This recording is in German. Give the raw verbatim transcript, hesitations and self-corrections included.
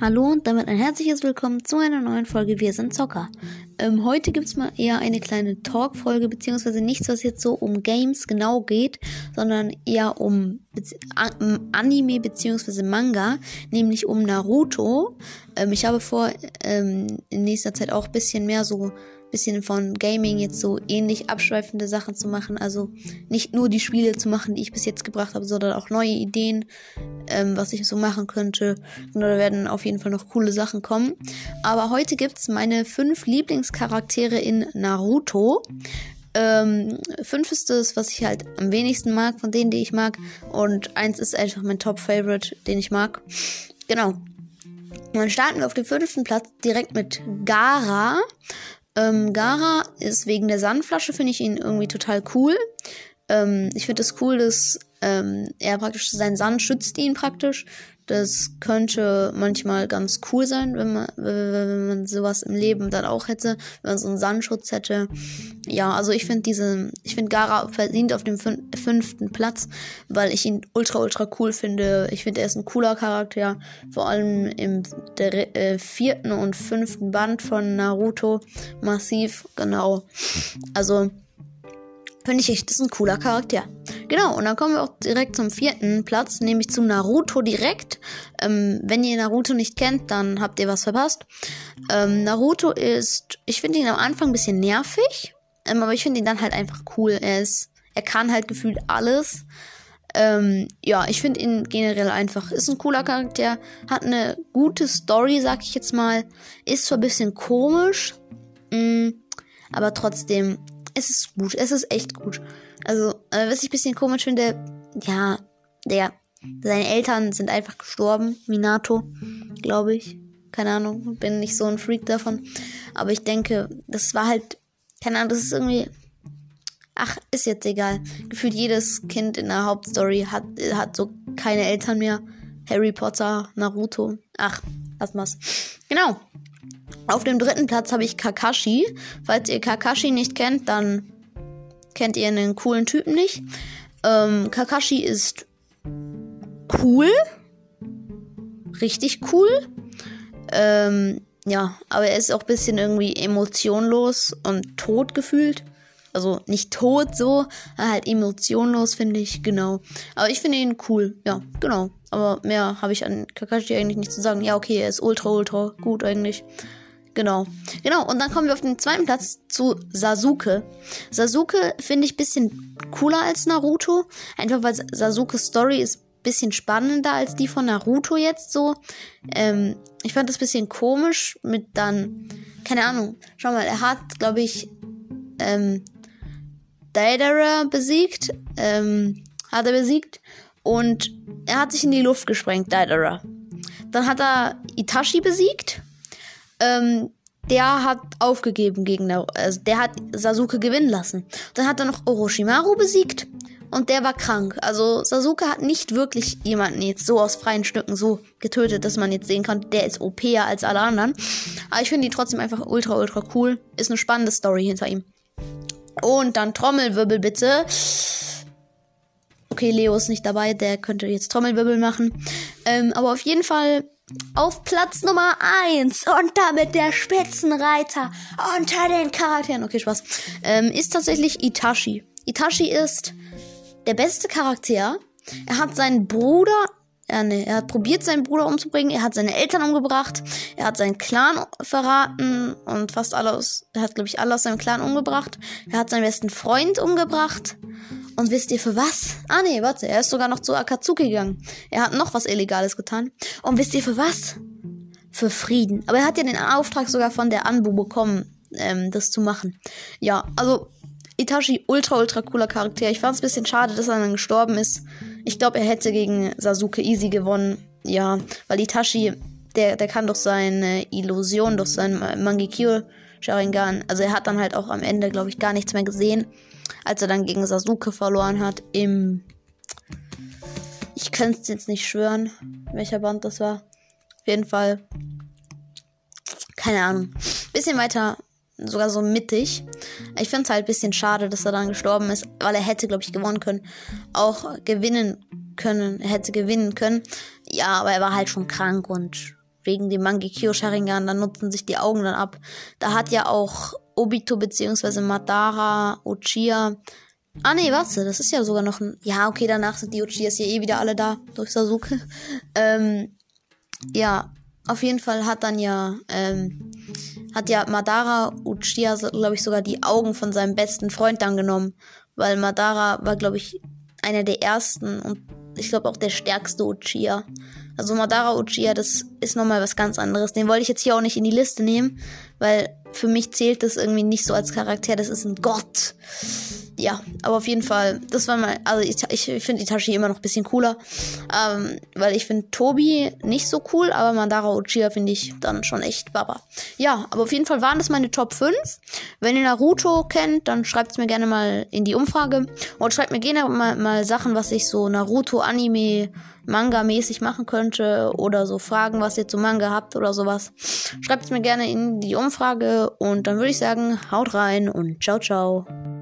Hallo und damit ein herzliches Willkommen zu einer neuen Folge Wir sind Zocker. Ähm, heute gibt es mal eher eine kleine Talk-Folge, beziehungsweise nichts, was jetzt so um Games genau geht, sondern eher um Be- um Anime beziehungsweise Manga, nämlich um Naruto. Ähm, ich habe vor, ähm, in nächster Zeit auch ein bisschen mehr so bisschen von Gaming jetzt so ähnlich abschweifende Sachen zu machen, also nicht nur die Spiele zu machen, die ich bis jetzt gebracht habe, sondern auch neue Ideen, ähm, was ich so machen könnte. Und da werden auf jeden Fall noch coole Sachen kommen. Aber heute gibt's meine fünf Lieblingscharaktere in Naruto. Ähm, fünf ist das, was ich halt am wenigsten mag von denen, die ich mag. Und eins ist einfach mein Top-Favorite, den ich mag. Genau. Und dann starten wir auf dem fünften Platz direkt mit Gaara. Ähm, Gaara ist wegen der Sandflasche, finde ich ihn irgendwie total cool. Ähm, ich finde es cool, dass ähm, er praktisch, sein Sand schützt ihn praktisch. Das könnte manchmal ganz cool sein, wenn man, wenn man sowas im Leben dann auch hätte, wenn man so einen Sandschutz hätte. Ja, also ich finde diese, ich finde Gaara verdient auf dem fün- fünften Platz, weil ich ihn ultra, ultra cool finde. Ich finde, er ist ein cooler Charakter, vor allem im der, äh, vierten und fünften Band von Naruto. Massiv, genau. Also, finde ich echt, das ist ein cooler Charakter. Genau, und dann kommen wir auch direkt zum vierten Platz, nämlich zu Naruto direkt. Ähm, wenn ihr Naruto nicht kennt, dann habt ihr was verpasst. Ähm, Naruto ist, ich finde ihn am Anfang ein bisschen nervig, ähm, aber ich finde ihn dann halt einfach cool. Er ist, er kann halt gefühlt alles. Ähm, ja, ich finde ihn generell einfach, ist ein cooler Charakter, hat eine gute Story, sag ich jetzt mal. Ist zwar ein bisschen komisch, mh, aber trotzdem, es ist gut, es ist echt gut. Also, äh, was ich ein bisschen komisch finde, ja, der, seine Eltern sind einfach gestorben, Minato, glaube ich. Keine Ahnung, bin nicht so ein Freak davon. Aber ich denke, das war halt, keine Ahnung, das ist irgendwie, ach, ist jetzt egal. Gefühlt jedes Kind in der Hauptstory hat, hat so keine Eltern mehr. Harry Potter, Naruto, ach, lass mal's. Genau. Auf dem dritten Platz habe ich Kakashi. Falls ihr Kakashi nicht kennt, dann kennt ihr einen coolen Typen nicht. Ähm, Kakashi ist cool. Richtig cool. Ähm, ja, aber er ist auch ein bisschen irgendwie emotionlos und tot gefühlt. Also nicht tot so, halt emotionlos, finde ich, genau. Aber ich finde ihn cool, ja, genau. Aber mehr habe ich an Kakashi eigentlich nicht zu sagen. Ja, okay, er ist ultra, ultra gut eigentlich. Genau. Genau, und dann kommen wir auf den zweiten Platz zu Sasuke. Sasuke finde ich ein bisschen cooler als Naruto. Einfach weil Sasukes Story ist ein bisschen spannender als die von Naruto jetzt so. Ähm, ich fand das ein bisschen komisch mit dann, keine Ahnung. Schau mal, er hat, glaube ich, ähm, Deidara besiegt. Ähm, hat er besiegt. Und er hat sich in die Luft gesprengt, Deidara. Dann hat er Itachi besiegt. Ähm, der hat aufgegeben gegen Naruto, also der hat Sasuke gewinnen lassen. Dann hat er noch Orochimaru besiegt und der war krank. Also Sasuke hat nicht wirklich jemanden jetzt so aus freien Stücken so getötet, dass man jetzt sehen kann, der ist O P-er als alle anderen. Aber ich finde ihn trotzdem einfach ultra, ultra cool. Ist eine spannende Story hinter ihm. Und dann Trommelwirbel bitte. Okay, Leo ist nicht dabei, der könnte jetzt Trommelwirbel machen. Ähm, aber auf jeden Fall auf Platz Nummer eins und damit der Spitzenreiter unter den Charakteren, okay, Spaß, ähm, ist tatsächlich Itachi. Itachi ist der beste Charakter. Er hat seinen Bruder, äh, nee, er hat probiert, seinen Bruder umzubringen. Er hat seine Eltern umgebracht. Er hat seinen Clan verraten und fast alles, er hat, glaube ich, alle aus seinem Clan umgebracht. Er hat seinen besten Freund umgebracht. Und wisst ihr für was? Ah nee, warte, er ist sogar noch zu Akatsuki gegangen. Er hat noch was Illegales getan. Und wisst ihr für was? Für Frieden. Aber er hat ja den Auftrag sogar von der Anbu bekommen, ähm, das zu machen. Ja, also Itachi, ultra, ultra cooler Charakter. Ich fand es ein bisschen schade, dass er dann gestorben ist. Ich glaube, er hätte gegen Sasuke easy gewonnen. Ja, weil Itachi, der, der kann durch seine Illusion, durch sein Mangekyo Sharingan, also er hat dann halt auch am Ende, glaube ich, gar nichts mehr gesehen, als er dann gegen Sasuke verloren hat im, ich könnte es jetzt nicht schwören, welcher Band das war. Auf jeden Fall, keine Ahnung, bisschen weiter, sogar so mittig. Ich finde es halt ein bisschen schade, dass er dann gestorben ist, weil er hätte, glaube ich, gewonnen können. Auch gewinnen können, er hätte gewinnen können. Ja, aber er war halt schon krank und wegen dem Mangekyo Sharingan, dann nutzen sich die Augen dann ab. Da hat ja auch Obito bzw. Madara, Uchiha. Ah nee, warte, das ist ja sogar noch ein... Ja, okay, danach sind die Uchihas hier eh wieder alle da, durch Sasuke. ähm, ja, auf jeden Fall hat dann ja... Ähm, hat ja Madara Uchiha, glaube ich, sogar die Augen von seinem besten Freund dann genommen. Weil Madara war, glaube ich, einer der ersten und ich glaube auch der stärkste Uchiha. Also Madara Uchiha, das ist nochmal was ganz anderes. Den wollte ich jetzt hier auch nicht in die Liste nehmen, weil für mich zählt das irgendwie nicht so als Charakter. Das ist ein Gott. Ja, aber auf jeden Fall, das war mal, also ich, ich finde Itachi immer noch ein bisschen cooler, ähm, weil ich finde Tobi nicht so cool, aber Madara Uchiha finde ich dann schon echt Baba. Ja, aber auf jeden Fall waren das meine Top fünf. Wenn ihr Naruto kennt, dann schreibt es mir gerne mal in die Umfrage und schreibt mir gerne mal, mal Sachen, was ich so Naruto-Anime Manga-mäßig machen könnte oder so Fragen, was ihr zu Manga habt oder sowas. Schreibt es mir gerne in die Umfrage und dann würde ich sagen, haut rein und ciao, ciao.